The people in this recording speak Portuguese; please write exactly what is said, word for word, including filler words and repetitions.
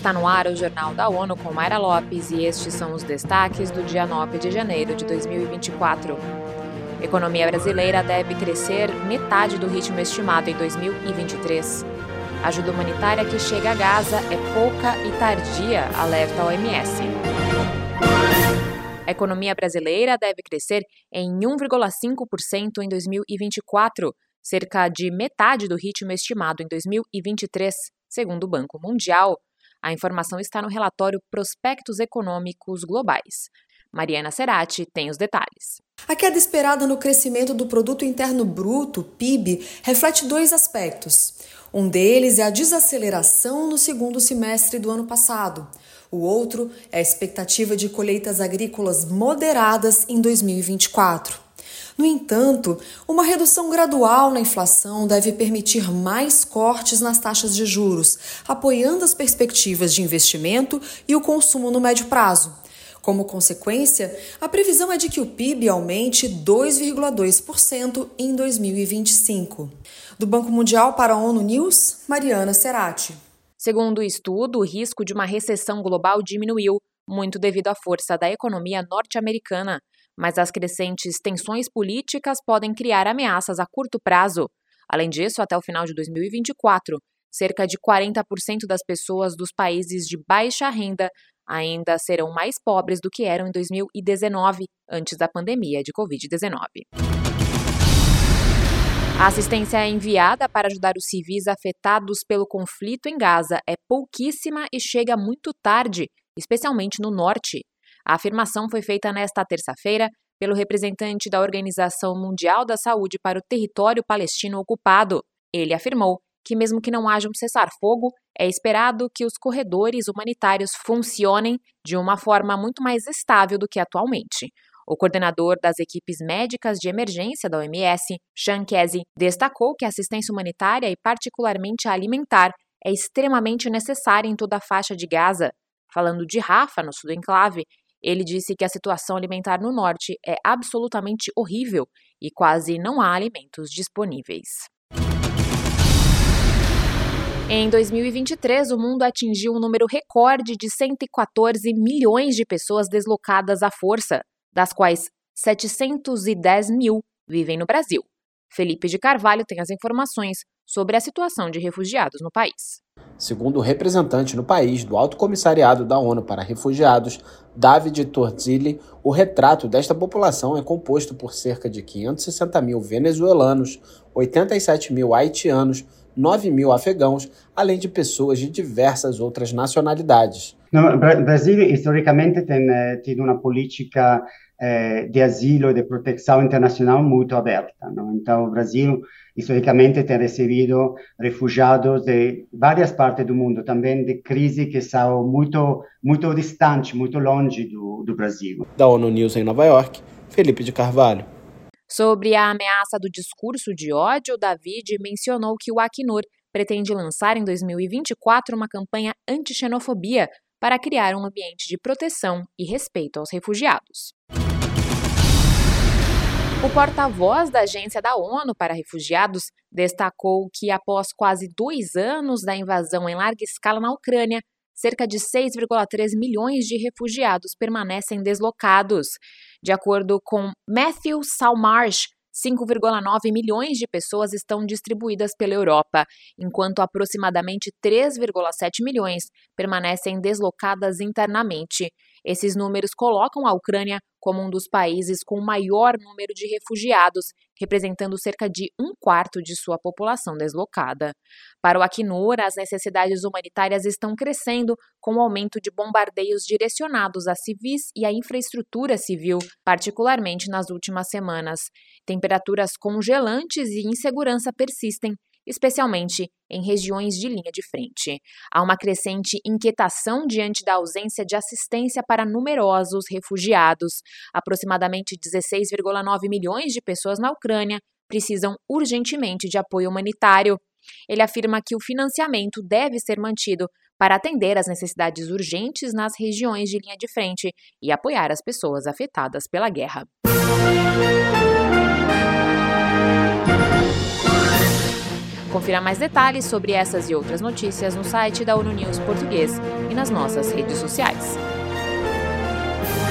Está no ar o Jornal da ONU com Mayra Lopes e estes são os destaques do dia nove de janeiro de dois mil e vinte e quatro. A economia brasileira deve crescer metade do ritmo estimado em dois mil e vinte e três. A ajuda humanitária que chega a Gaza é pouca e tardia, alerta a O M S. A economia brasileira deve crescer em um vírgula cinco por cento em dois mil e vinte e quatro, cerca de metade do ritmo estimado em dois mil e vinte e três, segundo o Banco Mundial. A informação está no relatório Prospectos Econômicos Globais. Mariana Cerati tem os detalhes. A queda esperada no crescimento do Produto Interno Bruto, P I B, reflete dois aspectos. Um deles é a desaceleração no segundo semestre do ano passado. O outro é a expectativa de colheitas agrícolas moderadas em dois mil e vinte e quatro. No entanto, uma redução gradual na inflação deve permitir mais cortes nas taxas de juros, apoiando as perspectivas de investimento e o consumo no médio prazo. Como consequência, a previsão é de que o P I B aumente dois vírgula dois por cento em dois mil e vinte e cinco. Do Banco Mundial para a ONU News, Mariana Cerati. Segundo o estudo, o risco de uma recessão global diminuiu, muito devido à força da economia norte-americana, mas as crescentes tensões políticas podem criar ameaças a curto prazo. Além disso, até o final de dois mil e vinte e quatro, cerca de quarenta por cento das pessoas dos países de baixa renda ainda serão mais pobres do que eram em dois mil e dezenove, antes da pandemia de covid dezenove. A assistência enviada para ajudar os civis afetados pelo conflito em Gaza é pouquíssima e chega muito tarde, especialmente no norte. A afirmação foi feita nesta terça-feira pelo representante da Organização Mundial da Saúde para o território palestino ocupado. Ele afirmou que, mesmo que não haja um cessar-fogo, é esperado que os corredores humanitários funcionem de uma forma muito mais estável do que atualmente. O coordenador das equipes médicas de emergência da O M S, Sean Kesey, destacou que a assistência humanitária e particularmente a alimentar é extremamente necessária em toda a faixa de Gaza. Falando de Rafah, no sul do enclave, ele disse que a situação alimentar no norte é absolutamente horrível e quase não há alimentos disponíveis. Em dois mil e vinte e três, o mundo atingiu um número recorde de cento e quatorze milhões de pessoas deslocadas à força, das quais setecentos e dez mil vivem no Brasil. Felipe de Carvalho tem as informações sobre a situação de refugiados no país. Segundo o representante no país do Alto Comissariado da ONU para Refugiados, David Torzilli, o retrato desta população é composto por cerca de quinhentos e sessenta mil venezuelanos, oitenta e sete mil haitianos, nove mil afegãos, além de pessoas de diversas outras nacionalidades. No, o Brasil, historicamente, tem tido uma política eh, de asilo e de proteção internacional muito aberta. Não? Então, o Brasil, historicamente, tem recebido refugiados de várias partes do mundo, também de crises que são muito, muito distantes, muito longe do, do Brasil. Da ONU News em Nova York, Felipe de Carvalho. Sobre a ameaça do discurso de ódio, David mencionou que o Acnur pretende lançar em dois mil e vinte e quatro uma campanha anti-xenofobia para criar um ambiente de proteção e respeito aos refugiados. O porta-voz da Agência da ONU para Refugiados destacou que, após quase dois anos da invasão em larga escala na Ucrânia, cerca de seis vírgula três milhões de refugiados permanecem deslocados. De acordo com Matthew Salmarsh, cinco vírgula nove milhões de pessoas estão distribuídas pela Europa, enquanto aproximadamente três vírgula sete milhões permanecem deslocadas internamente. Esses números colocam a Ucrânia como um dos países com o maior número de refugiados, representando cerca de um quarto de sua população deslocada. Para o Acnur, as necessidades humanitárias estão crescendo com o aumento de bombardeios direcionados a civis e à infraestrutura civil, particularmente nas últimas semanas. Temperaturas congelantes e insegurança persistem, especialmente em regiões de linha de frente. Há uma crescente inquietação diante da ausência de assistência para numerosos refugiados. Aproximadamente dezesseis vírgula nove milhões de pessoas na Ucrânia precisam urgentemente de apoio humanitário. Ele afirma que o financiamento deve ser mantido para atender às necessidades urgentes nas regiões de linha de frente e apoiar as pessoas afetadas pela guerra. Confira mais detalhes sobre essas e outras notícias no site da ONU News Português e nas nossas redes sociais.